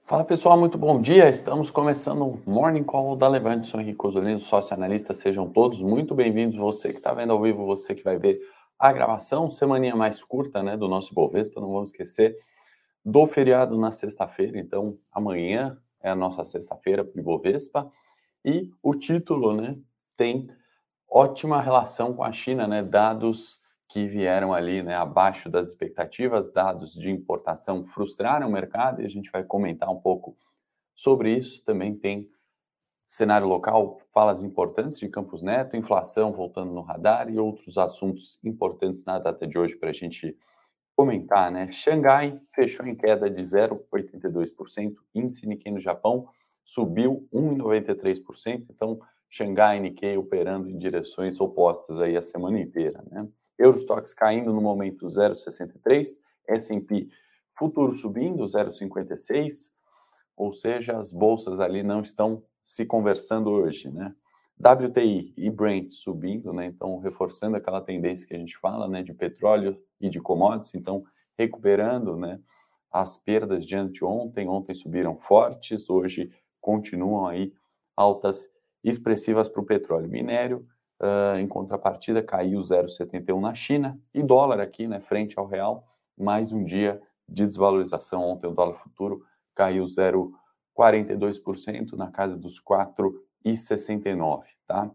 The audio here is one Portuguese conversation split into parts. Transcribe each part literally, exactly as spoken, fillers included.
Fala pessoal, muito bom dia. Estamos começando o Morning Call da Levante. Sou Henrique Osolino, sócio analista. Sejam todos muito bem-vindos. Você que está vendo ao vivo, você que vai ver a gravação, semaninha mais curta, né, do nosso Bovespa. Não vamos esquecer do feriado na sexta-feira. Então, amanhã é a nossa sexta-feira para o Bovespa. E o título, né, tem ótima relação com a China, né? Dados que vieram ali, né, abaixo das expectativas, dados de importação frustraram o mercado e a gente vai comentar um pouco sobre isso. Também tem cenário local, falas importantes de Campos Neto, inflação voltando no radar e outros assuntos importantes na data de hoje para a gente comentar, né? Xangai fechou em queda de zero vírgula oitenta e dois por cento, índice Nikkei no Japão subiu um vírgula noventa e três por cento, então Xangai e Nikkei operando em direções opostas aí a semana inteira, né? Eurostoxx caindo no momento zero vírgula sessenta e três, S e P futuro subindo zero vírgula cinquenta e seis, ou seja, as bolsas ali não estão se conversando hoje, né? W T I e Brent subindo, né? Então reforçando aquela tendência que a gente fala, né, de petróleo e de commodities, então recuperando, né, as perdas de anteontem. Ontem subiram fortes, hoje continuam aí altas expressivas para o petróleo. Minério, uh, em contrapartida, caiu zero vírgula setenta e um na China, e dólar aqui, né, frente ao real, mais um dia de desvalorização. Ontem o dólar futuro caiu zero vírgula quarenta e dois por cento na casa dos quatro vírgula sessenta e nove, tá?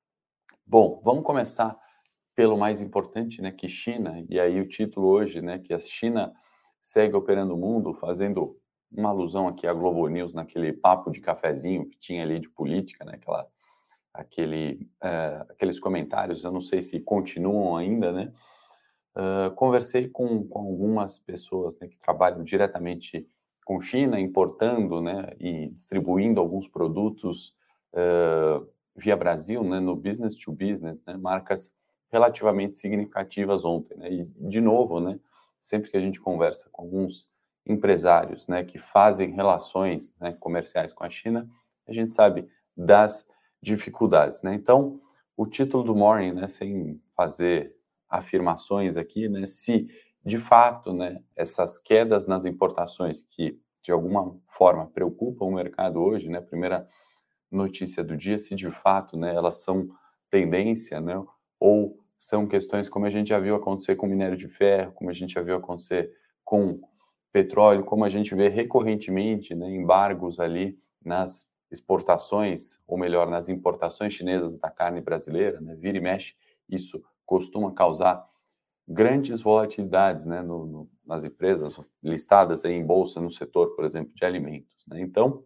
Bom, vamos começar pelo mais importante, né, que China, e aí o título hoje, né, que a China segue operando o mundo, fazendo uma alusão aqui à Globo News, naquele papo de cafezinho que tinha ali de política, né, aquela, aquele, uh, aqueles comentários, eu não sei se continuam ainda, né, uh, conversei com, com algumas pessoas, né, que trabalham diretamente com China, importando, né, e distribuindo alguns produtos uh, via Brasil, né, no business to business, né, marcas relativamente significativas ontem, né, e de novo, né, sempre que a gente conversa com alguns empresários, né, que fazem relações, né, comerciais com a China, a gente sabe das dificuldades, né. Então, o título do Morning, né, sem fazer afirmações aqui, né, se de fato, né, essas quedas nas importações que de alguma forma preocupam o mercado hoje, né, primeira notícia do dia, se de fato, né, elas são tendência, né, ou são questões como a gente já viu acontecer com minério de ferro, como a gente já viu acontecer com petróleo, como a gente vê recorrentemente, né, embargos ali nas exportações, ou melhor, nas importações chinesas da carne brasileira, né, vira e mexe, isso costuma causar grandes volatilidades, né, no, no, nas empresas listadas aí em bolsa, no setor, por exemplo, de alimentos, né? Então,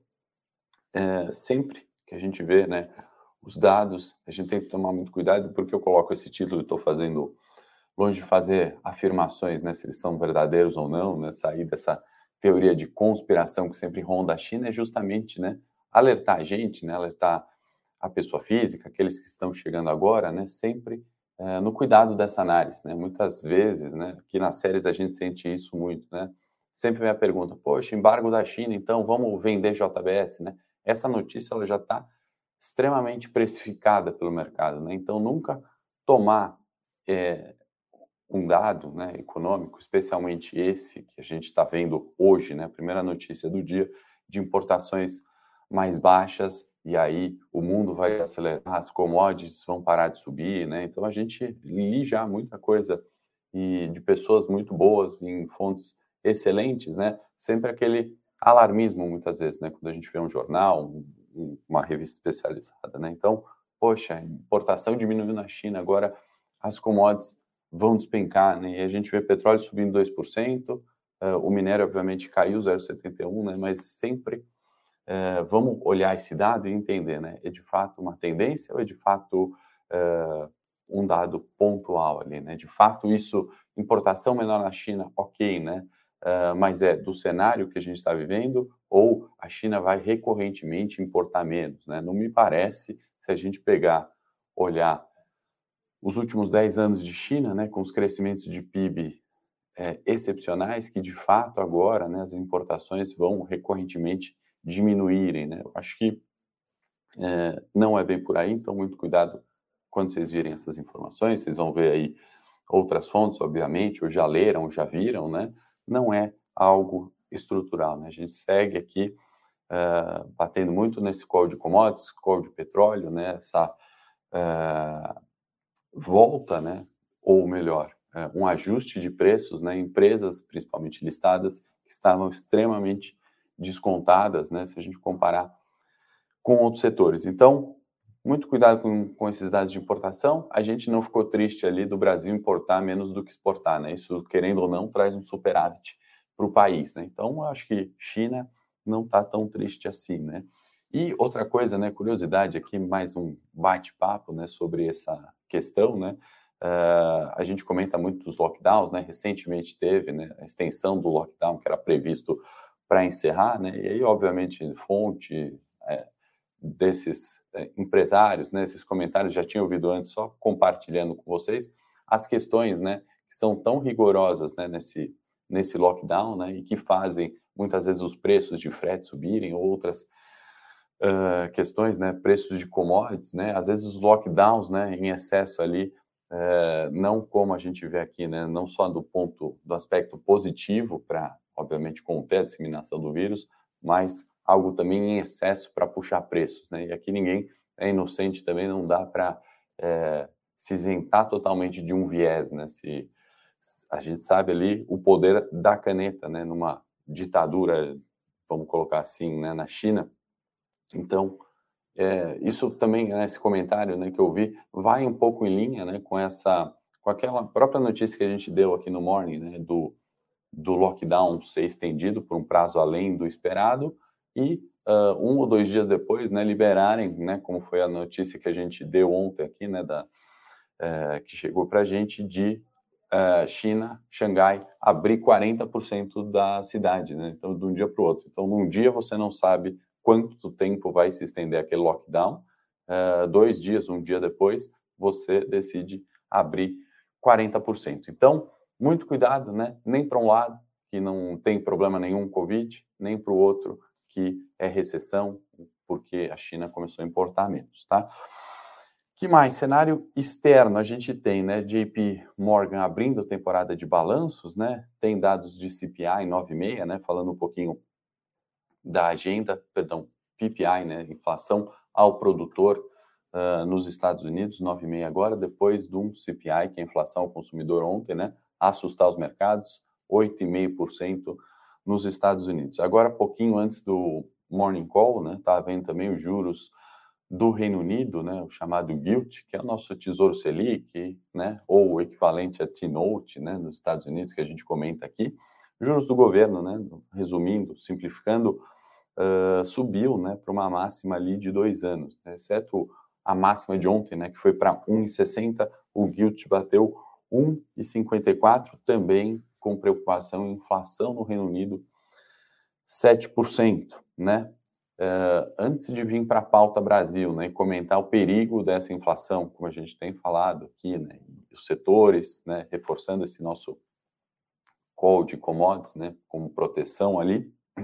é, sempre que a gente vê, né, os dados, a gente tem que tomar muito cuidado, porque eu coloco esse título e estou fazendo, longe de fazer afirmações, né, se eles são verdadeiros ou não, né, sair dessa teoria de conspiração que sempre ronda a China, é justamente, né, alertar a gente, né, alertar a pessoa física, aqueles que estão chegando agora, né, sempre é, no cuidado dessa análise, né, muitas vezes, né, aqui nas séries a gente sente isso muito, né, sempre vem a pergunta, poxa, embargo da China, então vamos vender J B S, né, essa notícia ela já está extremamente precificada pelo mercado, né, então nunca tomar é, um dado, né, econômico, especialmente esse que a gente está vendo hoje, né, a primeira notícia do dia, de importações mais baixas, e aí o mundo vai acelerar, as commodities vão parar de subir, né, então a gente li já muita coisa e de pessoas muito boas, em fontes excelentes, né, sempre aquele alarmismo muitas vezes, né, quando a gente vê um jornal, um, uma revista especializada, né, então, poxa, importação diminuiu na China, agora as commodities vão despencar, né? E a gente vê petróleo subindo dois por cento, uh, o minério, obviamente, caiu zero vírgula setenta e um, né? Mas sempre uh, vamos olhar esse dado e entender, né? É de fato uma tendência ou é de fato uh, um dado pontual ali, né? De fato, isso, importação menor na China, ok, né? Uh, mas é do cenário que a gente está vivendo ou a China vai recorrentemente importar menos, né? Não me parece, se a gente pegar, olhar os últimos dez anos de China, né, com os crescimentos de P I B é, excepcionais, que de fato agora, né, as importações vão recorrentemente diminuírem, né? Eu acho que é, não é bem por aí, então muito cuidado quando vocês virem essas informações, vocês vão ver aí outras fontes, obviamente, ou já leram, ou já viram, né? Não é algo estrutural, né? A gente segue aqui uh, batendo muito nesse call de commodities, call de petróleo, né? Essa uh, volta, né? Ou melhor, uh, um ajuste de preços, né? Empresas, principalmente listadas, que estavam extremamente descontadas, né? Se a gente comparar com outros setores. Então, muito cuidado com, com esses dados de importação. A gente não ficou triste ali do Brasil importar menos do que exportar, né? Isso, querendo ou não, traz um superávit para o país, né? Então, eu acho que China não está tão triste assim, né? E outra coisa, né? Curiosidade aqui, mais um bate-papo, né? Sobre essa questão, né? Uh, a gente comenta muito dos lockdowns, né? Recentemente teve, né? A extensão do lockdown que era previsto para encerrar, né? E aí, obviamente, fonte é, desses é, empresários, né, esses comentários já tinha ouvido antes, só compartilhando com vocês as questões, né, que são tão rigorosas, né, nesse, nesse lockdown, né, e que fazem muitas vezes os preços de frete subirem, outras uh, questões, né, preços de commodities, né, às vezes os lockdowns, né, em excesso ali, uh, não como a gente vê aqui, né, não só do ponto, do aspecto positivo para, obviamente, conter a disseminação do vírus, mas algo também em excesso para puxar preços, né? E aqui ninguém é inocente também, não dá para é, se isentar totalmente de um viés, né? Se, se a gente sabe ali o poder da caneta, né? Numa ditadura, vamos colocar assim, né? Na China. Então, é, isso também, né, esse comentário, né, que eu vi, vai um pouco em linha, né? Com essa, com aquela própria notícia que a gente deu aqui no Morning, né? Do do lockdown ser estendido por um prazo além do esperado e uh, um ou dois dias depois, né, liberarem, né, como foi a notícia que a gente deu ontem aqui, né, da, uh, que chegou para a gente de uh, China, Xangai, abrir quarenta por cento da cidade, né, então de um dia para o outro. Então, num dia você não sabe quanto tempo vai se estender aquele lockdown, uh, dois dias, um dia depois, você decide abrir quarenta por cento. Então, muito cuidado, né? Nem para um lado, que não tem problema nenhum Covid, nem para o outro, que é recessão, porque a China começou a importar menos, tá? Que mais? Cenário externo, a gente tem, né? J P Morgan abrindo a temporada de balanços, né? Tem dados de C P I nove vírgula seis, né? Falando um pouquinho da agenda, perdão, P P I, né? Inflação ao produtor uh, nos Estados Unidos, nove vírgula seis agora, depois de um C P I, que é a inflação ao consumidor ontem, né? Assustar os mercados, oito vírgula cinco por cento nos Estados Unidos. Agora, pouquinho antes do Morning Call, né, tá vendo também os juros do Reino Unido, né, o chamado Gilt, que é o nosso Tesouro Selic, né, ou o equivalente a T-Note, né, nos Estados Unidos, que a gente comenta aqui. Juros do governo, né, resumindo, simplificando, uh, subiu, né, para uma máxima ali de dois anos, né, exceto a máxima de ontem, né, que foi para um vírgula sessenta, o Gilt bateu um vírgula cinquenta e quatro, também com preocupação em inflação no Reino Unido, sete por cento, né? Uh, antes de vir para a pauta Brasil, né, e comentar o perigo dessa inflação, como a gente tem falado aqui, né, os setores, né, reforçando esse nosso call de commodities, né, como proteção ali,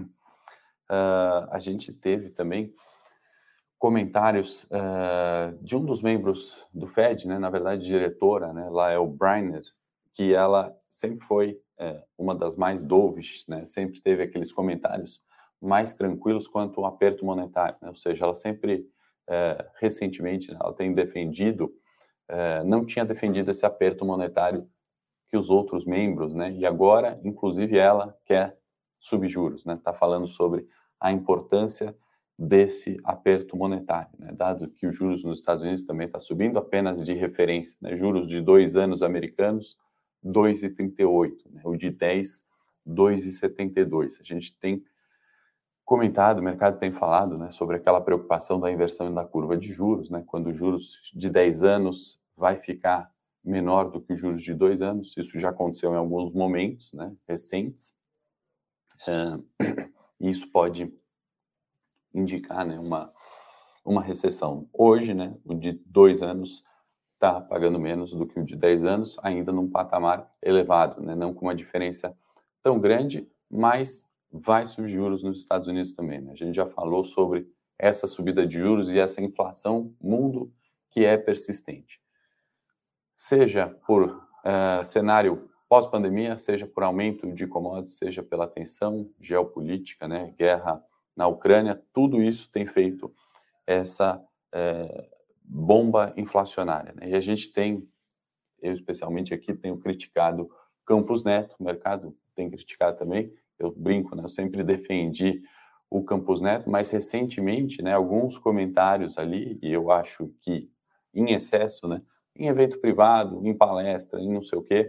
uh, a gente teve também comentários uh, de um dos membros do Fed, né, na verdade diretora, né, lá é o Brainerd, que ela sempre foi uh, uma das mais dovish, né, sempre teve aqueles comentários mais tranquilos quanto ao aperto monetário, né, ou seja, ela sempre, uh, recentemente, ela tem defendido, uh, não tinha defendido esse aperto monetário que os outros membros, né, e agora, inclusive ela quer subjuros, né, está falando sobre a importância desse aperto monetário, né? Dado que os juros nos Estados Unidos também está subindo, apenas de referência, né? Juros de dois anos americanos, dois vírgula trinta e oito, né? O de dez, dois vírgula setenta e dois. A gente tem comentado, o mercado tem falado, né, sobre aquela preocupação da inversão da curva de juros, né? Quando os juros de dez anos vai ficar menor do que os juros de dois anos, isso já aconteceu em alguns momentos, né, recentes, uh, e isso pode indicar, né, uma, uma recessão. Hoje, né, o de dois anos está pagando menos do que o de dez anos, ainda num patamar elevado, né, não com uma diferença tão grande, mas vai subir juros nos Estados Unidos também, né? A gente já falou sobre essa subida de juros e essa inflação mundo que é persistente. Seja por uh, cenário pós-pandemia, seja por aumento de commodities, seja pela tensão geopolítica, né, guerra na Ucrânia, tudo isso tem feito essa é, bomba inflacionária, né? E a gente tem, eu especialmente aqui, tenho criticado Campos Neto, o mercado tem criticado também, eu brinco, né, eu sempre defendi o Campos Neto, mas recentemente, né, alguns comentários ali, e eu acho que em excesso, né, em evento privado, em palestra, em não sei o quê,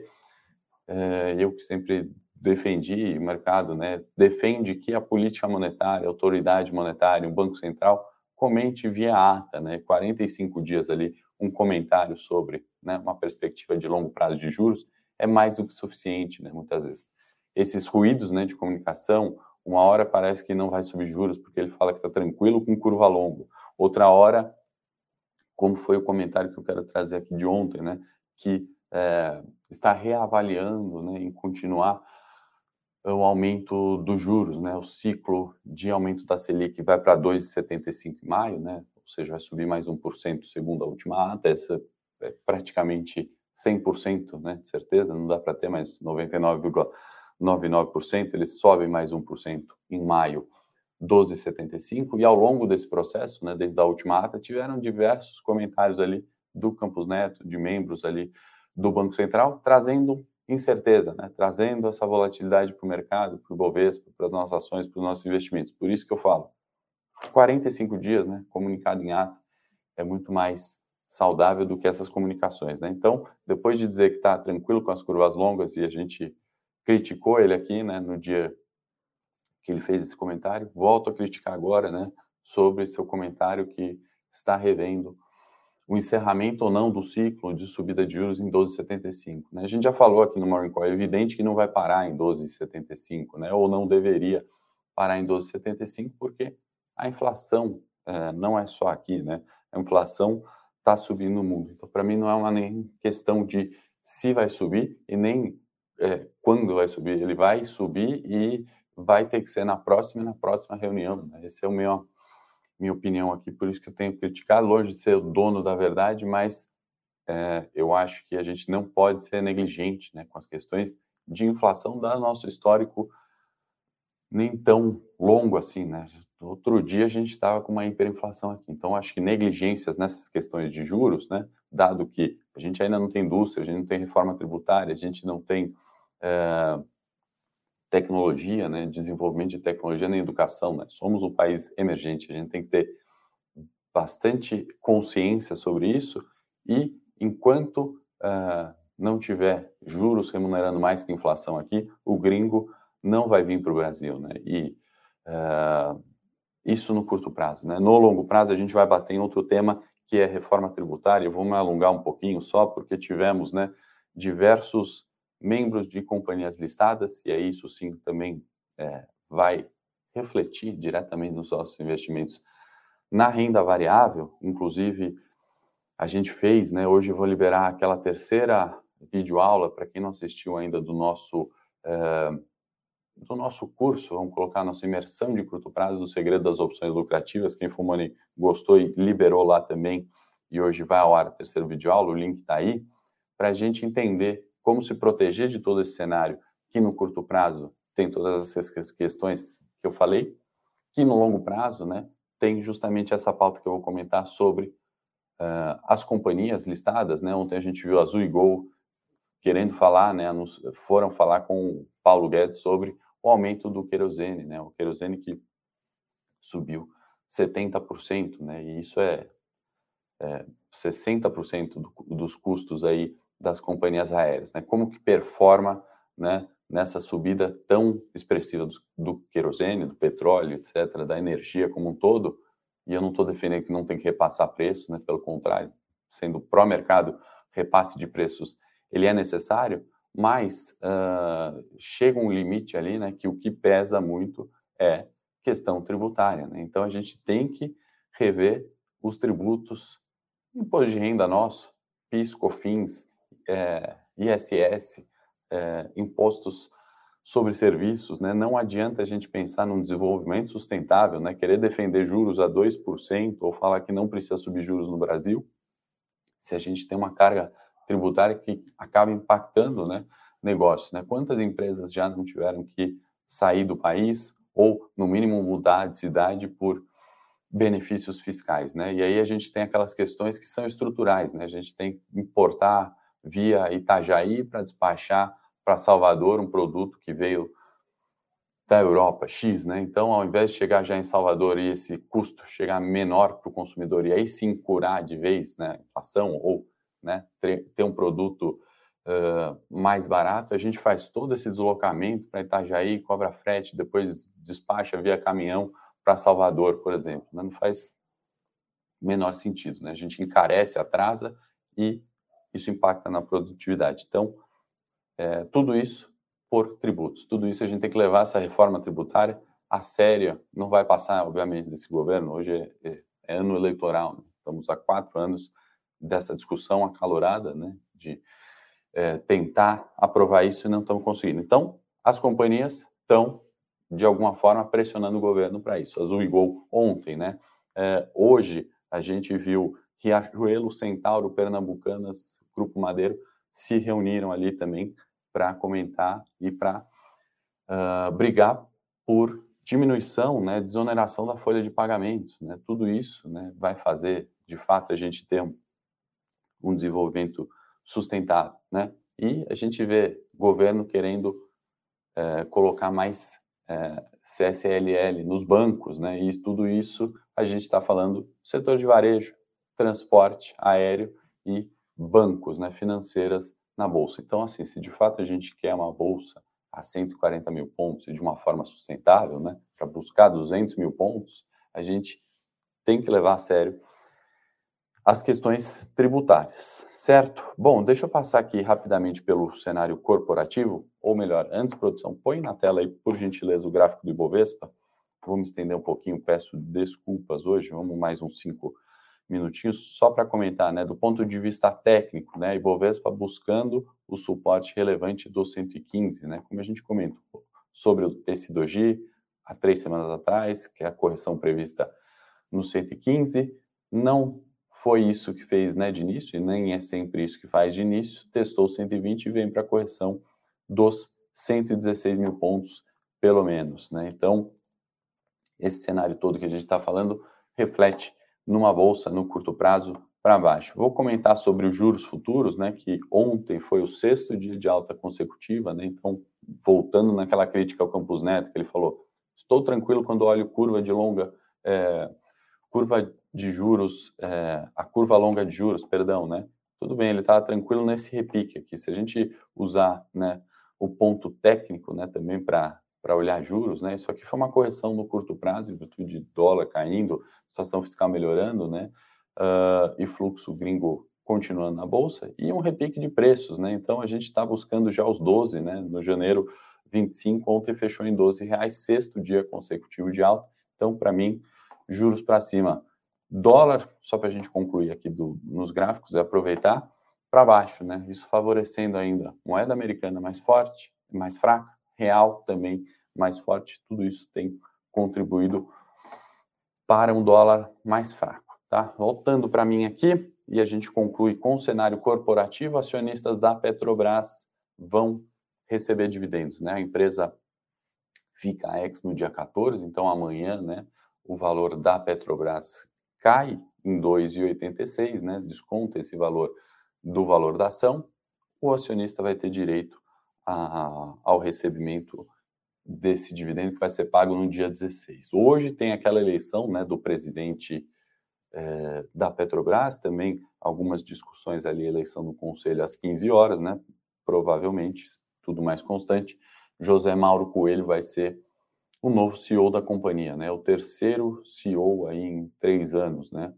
é, eu que sempre defendi o mercado, né, defende que a política monetária, a autoridade monetária, o Banco Central, comente via ata, né, quarenta e cinco dias ali, um comentário sobre, né, uma perspectiva de longo prazo de juros, é mais do que suficiente, né, muitas vezes. Esses ruídos, né, de comunicação, uma hora parece que não vai subir juros, porque ele fala que está tranquilo com curva longa. Outra hora, como foi o comentário que eu quero trazer aqui de ontem, né, que é, está reavaliando, né, em continuar o aumento dos juros, né, o ciclo de aumento da Selic vai para dois vírgula setenta e cinco em maio, né, ou seja, vai subir mais um por cento segundo a última ata, essa é praticamente cem por cento, né, de certeza, não dá para ter mais noventa e nove vírgula noventa e nove por cento, eles sobem mais um por cento em maio, doze vírgula setenta e cinco, e ao longo desse processo, né, desde a última ata, tiveram diversos comentários ali do Campos Neto, de membros ali do Banco Central, trazendo incerteza, né, trazendo essa volatilidade para o mercado, para o Bovespa, para as nossas ações, para os nossos investimentos. Por isso que eu falo, quarenta e cinco dias, né, comunicado em ata, é muito mais saudável do que essas comunicações, né? Então, depois de dizer que está tranquilo com as curvas longas, e a gente criticou ele aqui, né, no dia que ele fez esse comentário, volto a criticar agora, né, sobre seu comentário que está revendo o encerramento ou não do ciclo de subida de juros em doze vírgula setenta e cinco, né? A gente já falou aqui no Morning Call, é evidente que não vai parar em doze vírgula setenta e cinco, né? Ou não deveria parar em doze vírgula setenta e cinco, porque a inflação é, não é só aqui, né? A inflação está subindo no mundo. Então, para mim, não é uma nem questão de se vai subir e nem é, quando vai subir. Ele vai subir e vai ter que ser na próxima na próxima reunião, né? Esse é o meu minha opinião aqui, por isso que eu tenho criticado, longe de ser o dono da verdade, mas é, eu acho que a gente não pode ser negligente, né, com as questões de inflação, dado nosso histórico nem tão longo assim, né? Outro dia a gente estava com uma hiperinflação aqui, então acho que negligências nessas questões de juros, né, dado que a gente ainda não tem indústria, a gente não tem reforma tributária, a gente não tem é, tecnologia, né, desenvolvimento de tecnologia na educação, né? Somos um país emergente, a gente tem que ter bastante consciência sobre isso e enquanto uh, não tiver juros remunerando mais que inflação aqui, o gringo não vai vir para o Brasil, né? E uh, isso no curto prazo, né? No longo prazo a gente vai bater em outro tema que é reforma tributária. Eu vou me alongar um pouquinho só porque tivemos, né, diversos membros de companhias listadas, e aí isso sim também é, vai refletir diretamente nos nossos investimentos na renda variável. Inclusive, a gente fez, né, hoje eu vou liberar aquela terceira videoaula, para quem não assistiu ainda, do nosso, é, do nosso curso, vamos colocar a nossa imersão de curto prazo, do segredo das opções lucrativas. Quem for money gostou e liberou lá também, e hoje vai ao ar a terceira videoaula, o link está aí, para a gente entender como se proteger de todo esse cenário, que no curto prazo tem todas essas questões que eu falei, que no longo prazo, né, tem justamente essa pauta que eu vou comentar sobre uh, as companhias listadas, né? Ontem a gente viu a Azul e Gol querendo falar, né, foram falar com o Paulo Guedes sobre o aumento do querosene, né? O querosene que subiu setenta por cento, né? E isso é, é sessenta por cento do, dos custos aí das companhias aéreas, né? Como que performa, né, nessa subida tão expressiva do, do querosene, do petróleo, etcétera, da energia como um todo. E eu não estou defendendo que não tem que repassar preços, né? Pelo contrário, sendo pró-mercado, repasse de preços, ele é necessário, mas uh, chega um limite ali, né, que o que pesa muito é questão tributária, né? Então a gente tem que rever os tributos, imposto de renda nosso, PIS, COFINS, é, I S S, é, impostos sobre serviços, né? Não adianta a gente pensar num desenvolvimento sustentável, né? Querer defender juros a dois por cento ou falar que não precisa subir juros no Brasil, se a gente tem uma carga tributária que acaba impactando, né, negócios, né? Quantas empresas já não tiveram que sair do país ou, no mínimo, mudar de cidade por benefícios fiscais, né? E aí a gente tem aquelas questões que são estruturais, né? A gente tem que importar via Itajaí para despachar para Salvador um produto que veio da Europa, X, né? Então, ao invés de chegar já em Salvador e esse custo chegar menor para o consumidor e aí sim curar de vez, né, a inflação ou, né, ter um produto uh, mais barato, a gente faz todo esse deslocamento para Itajaí, cobra frete, depois despacha via caminhão para Salvador, por exemplo. Não faz menor sentido, né? A gente encarece, atrasa e isso impacta na produtividade. Então, é, tudo isso por tributos. Tudo isso a gente tem que levar essa reforma tributária a sério. Não vai passar, obviamente, desse governo. Hoje é, é, é ano eleitoral. Né? Estamos há quatro anos dessa discussão acalorada, né? De é, tentar aprovar isso e não estamos conseguindo. Então, as companhias estão, de alguma forma, pressionando o governo para isso. Azul e Gol ontem, né? É, hoje, a gente viu Riachuelo, Centauro, Pernambucanas, Grupo Madeiro se reuniram ali também para comentar e para uh, brigar por diminuição, né, desoneração da folha de pagamento, né? Tudo isso, né, vai fazer, de fato, a gente ter um, um desenvolvimento sustentável, né? E a gente vê governo querendo é, colocar mais é, C S L L nos bancos, né? E tudo isso a gente está falando do setor de varejo, transporte aéreo e bancos, né, financeiras na bolsa. Então, assim, se de fato a gente quer uma bolsa a cento e quarenta mil pontos e de uma forma sustentável, né, para buscar duzentos mil pontos, a gente tem que levar a sério as questões tributárias, certo? Bom, deixa eu passar aqui rapidamente pelo cenário corporativo, ou melhor, antes, produção, põe na tela aí, por gentileza, o gráfico do Ibovespa. Vou me estender um pouquinho, peço desculpas hoje, vamos mais uns cinco minutinhos, só para comentar, né, do ponto de vista técnico, né, Ibovespa buscando o suporte relevante do cento e quinze, né, como a gente comentou sobre esse doji há três semanas atrás, que é a correção prevista no cento e quinze, não foi isso que fez, né, de início, e nem é sempre isso que faz de início, testou cento e vinte e vem para a correção dos cento e dezesseis mil pontos, pelo menos, né, então, esse cenário todo que a gente está falando reflete numa bolsa no curto prazo para baixo. Vou comentar sobre os juros futuros, né, que ontem foi o sexto dia de alta consecutiva, né, então, voltando naquela crítica ao Campos Neto, que ele falou, estou tranquilo quando olho curva de longa, é, curva de juros, é, a curva longa de juros, perdão, né, tudo bem, ele está tranquilo nesse repique aqui, se a gente usar, né, o ponto técnico, né, também para para olhar juros, né? Isso aqui foi uma correção no curto prazo, em virtude de dólar caindo, situação fiscal melhorando, né? Uh, e fluxo gringo continuando na bolsa e um repique de preços, né? Então a gente está buscando já os doze, né? No janeiro vinte e cinco, ontem fechou em doze reais, sexto dia consecutivo de alta. Então, para mim, juros para cima. Dólar, só para a gente concluir aqui do, nos gráficos, é aproveitar para baixo, né? Isso favorecendo ainda moeda americana mais forte, mais fraca, real também mais forte, tudo isso tem contribuído para um dólar mais fraco, tá? Voltando para mim aqui, e a gente conclui com o cenário corporativo, acionistas da Petrobras vão receber dividendos, né? A empresa fica ex no dia quatorze, então amanhã, né, o valor da Petrobras cai em dois reais e oitenta e seis, né? Desconta esse valor do valor da ação, o acionista vai ter direito a, ao recebimento desse dividendo que vai ser pago no dia dezesseis. Hoje tem aquela eleição, né, do presidente é, da Petrobras, também algumas discussões ali, eleição do conselho às quinze horas, né, provavelmente, tudo mais constante. José Mauro Coelho vai ser o novo C E O da companhia, né, o terceiro C E O aí em três anos, né,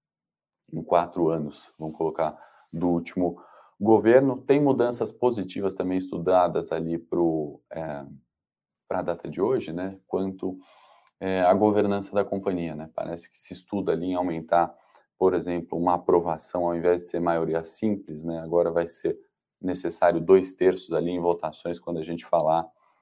em quatro anos, vamos colocar, do último governo. Tem mudanças positivas também estudadas ali para é, para a data de hoje, né, quanto é, a governança da companhia, né, parece que se estuda ali em aumentar, por exemplo, uma aprovação, ao invés de ser maioria simples, né, agora vai ser necessário dois terços ali em votações quando a gente falar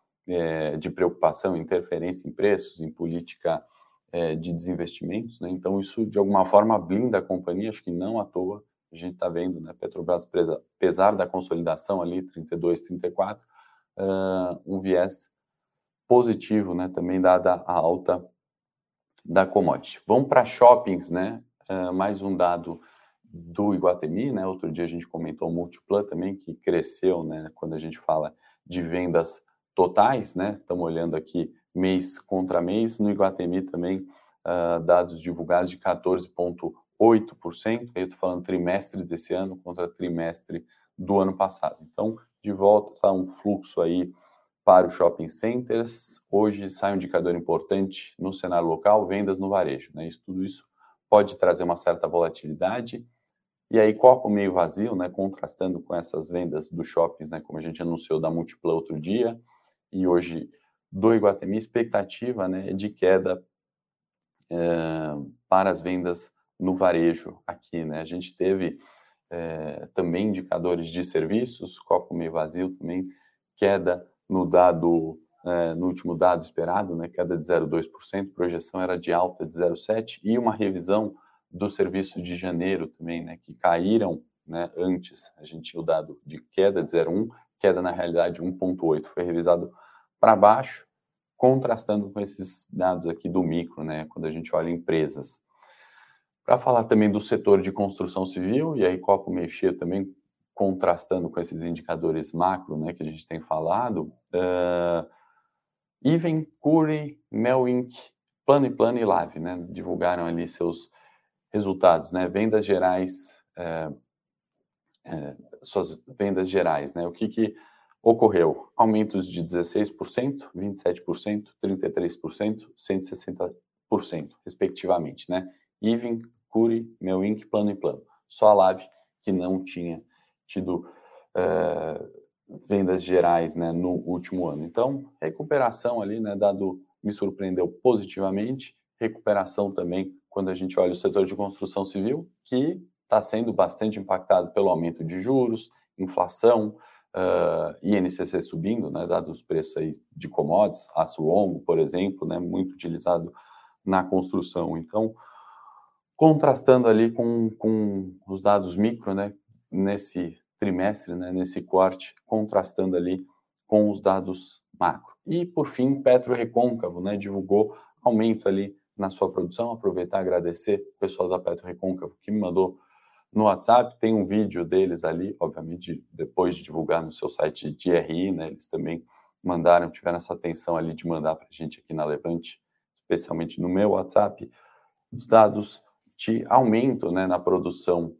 é, de preocupação, interferência em preços, em política é, de desinvestimentos, né, então isso de alguma forma blinda a companhia, acho que não à toa, a gente está vendo, né, Petrobras, presa, apesar da consolidação ali, trinta e dois, trinta e quatro, uh, um viés positivo, né, também dada a alta da commodity. Vamos para shoppings, né, uh, mais um dado do Iguatemi, né, outro dia a gente comentou o Multiplan também, que cresceu, né, quando a gente fala de vendas totais, né, estamos olhando aqui mês contra mês, no Iguatemi também, uh, dados divulgados de quatorze vírgula oito por cento, eu estou falando trimestre desse ano contra trimestre do ano passado. Então, de volta está um fluxo aí para os shopping centers. Hoje sai um indicador importante no cenário local, vendas no varejo, né? Isso, tudo isso pode trazer uma certa volatilidade. E aí, copo meio vazio, né? Contrastando com essas vendas dos shoppings, né? Como a gente anunciou da Multiplan outro dia, e hoje do Iguatemi, expectativa, né, de queda é, para as vendas no varejo aqui, né? A gente teve é, também indicadores de serviços, copo meio vazio também, queda no dado, é, no último dado esperado, né? Queda de zero vírgula dois por cento, projeção era de alta de zero vírgula sete por cento, e uma revisão do serviço de janeiro também, né? Que caíram, né? Antes, a gente tinha o dado de queda de zero vírgula um por cento, queda na realidade um vírgula oito por cento, foi revisado para baixo, contrastando com esses dados aqui do micro, né? Quando a gente olha empresas. Para falar também do setor de construção civil, e aí copo meio cheio também, contrastando com esses indicadores macro, né, que a gente tem falado, uh, Even, Cury, Mel Inc, Plano e Plano e Live, né, divulgaram ali seus resultados, né, vendas gerais, uh, uh, suas vendas gerais, né, o que que ocorreu? Aumentos de dezesseis por cento, vinte e sete por cento, trinta e três por cento, cento e sessenta por cento, respectivamente, né, Even, Cury, Mel Inc, Plano e Plano. Só a Live que não tinha tido uh, vendas gerais, né, no último ano. Então, recuperação ali, né, dado, me surpreendeu positivamente, recuperação também quando a gente olha o setor de construção civil, que está sendo bastante impactado pelo aumento de juros, inflação, uh, I N C C subindo, né, dado os preços aí de commodities, aço longo, por exemplo, né, muito utilizado na construção. Então, contrastando ali com, com os dados micro, né, nesse trimestre, né, nesse corte, contrastando ali com os dados macro. E, por fim, Petro Recôncavo, né, divulgou aumento ali na sua produção. Aproveitar e agradecer o pessoal da Petro Recôncavo que me mandou no WhatsApp. Tem um vídeo deles ali, obviamente, depois de divulgar no seu site de R I, né, eles também mandaram, tiveram essa atenção ali de mandar para a gente aqui na Levante, especialmente no meu WhatsApp, os dados de aumento, né, na produção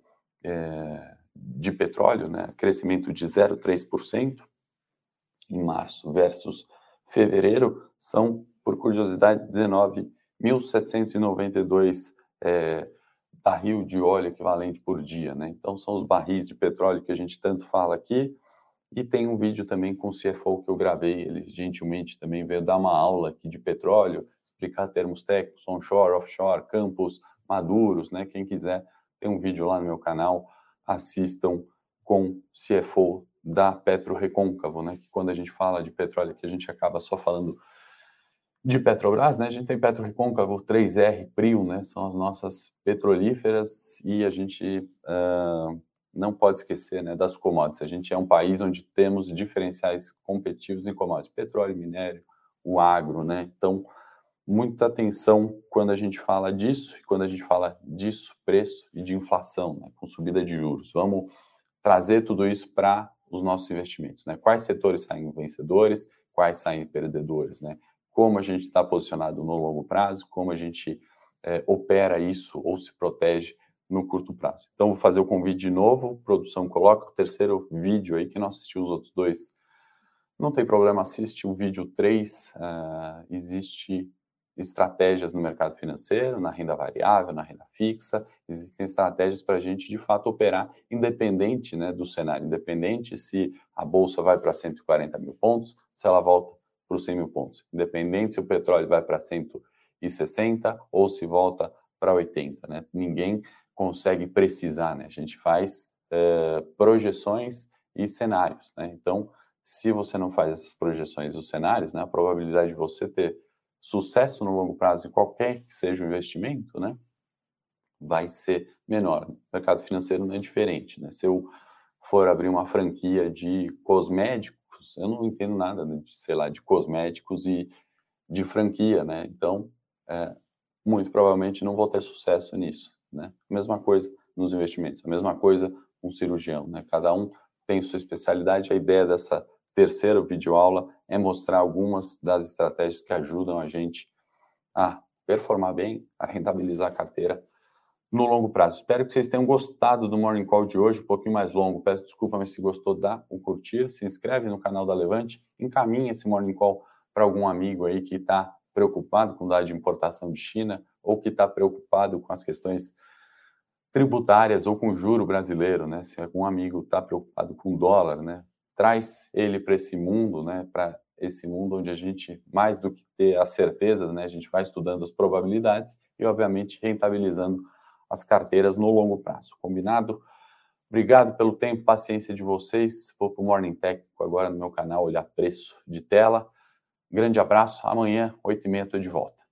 é, de petróleo, né, crescimento de zero vírgula três por cento em março versus fevereiro, são, por curiosidade, dezenove mil setecentos e noventa e dois é, barril de óleo equivalente por dia, né? Então, são os barris de petróleo que a gente tanto fala aqui. E tem um vídeo também com o C F O que eu gravei, ele gentilmente também veio dar uma aula aqui de petróleo, explicar termos técnicos, onshore, offshore, campos maduros, né? Quem quiser, tem um vídeo lá no meu canal, assistam com o C F O da Petro Recôncavo, né? Que quando a gente fala de petróleo aqui, a gente acaba só falando de Petrobras, né? A gente tem Petro Recôncavo, três R, Prio, né? São as nossas petrolíferas e a gente uh, não pode esquecer, né, das commodities. A gente é um país onde temos diferenciais competitivos em commodities, petróleo, minério, o agro, né? Então, muita atenção quando a gente fala disso, e quando a gente fala disso, preço e de inflação, né, com subida de juros. Vamos trazer tudo isso para os nossos investimentos, né? Quais setores saem vencedores, quais saem perdedores, né? Como a gente está posicionado no longo prazo, como a gente é, opera isso ou se protege no curto prazo. Então, vou fazer o convite de novo, produção, coloca o terceiro vídeo aí, que não assistiu os outros dois, não tem problema, assiste o vídeo três, uh, existe estratégias no mercado financeiro, na renda variável, na renda fixa, existem estratégias para a gente, de fato, operar independente, né, do cenário, independente se a Bolsa vai para cento e quarenta mil pontos, se ela volta para os cem mil pontos, independente se o petróleo vai para cento e sessenta ou se volta para oitenta, né, ninguém consegue precisar, né, a gente faz uh, projeções e cenários, né, então, se você não faz essas projeções e os cenários, né, a probabilidade de você ter sucesso no longo prazo em qualquer que seja o investimento, né, vai ser menor. O mercado financeiro não é diferente, né? Se eu for abrir uma franquia de cosméticos, eu não entendo nada, né, de, sei lá, de cosméticos e de franquia, né? Então, é, muito provavelmente não vou ter sucesso nisso, né? Mesma coisa nos investimentos, a mesma coisa um cirurgião, né? Cada um tem sua especialidade. A ideia dessa terceira videoaula é mostrar algumas das estratégias que ajudam a gente a performar bem, a rentabilizar a carteira no longo prazo. Espero que vocês tenham gostado do Morning Call de hoje, um pouquinho mais longo. Peço desculpa, mas se gostou, dá um curtir, se inscreve no canal da Levante, encaminha esse Morning Call para algum amigo aí que está preocupado com o dado de importação de China ou que está preocupado com as questões tributárias ou com o juro brasileiro, né? Se algum amigo está preocupado com o dólar, né? Traz ele para esse mundo, né? Para esse mundo onde a gente, mais do que ter as certezas, né? A gente vai estudando as probabilidades e, obviamente, rentabilizando as carteiras no longo prazo. Combinado? Obrigado pelo tempo e paciência de vocês. Vou para o Morning Técnico agora no meu canal olhar preço de tela. Grande abraço. Amanhã, oito e meia, estou de volta.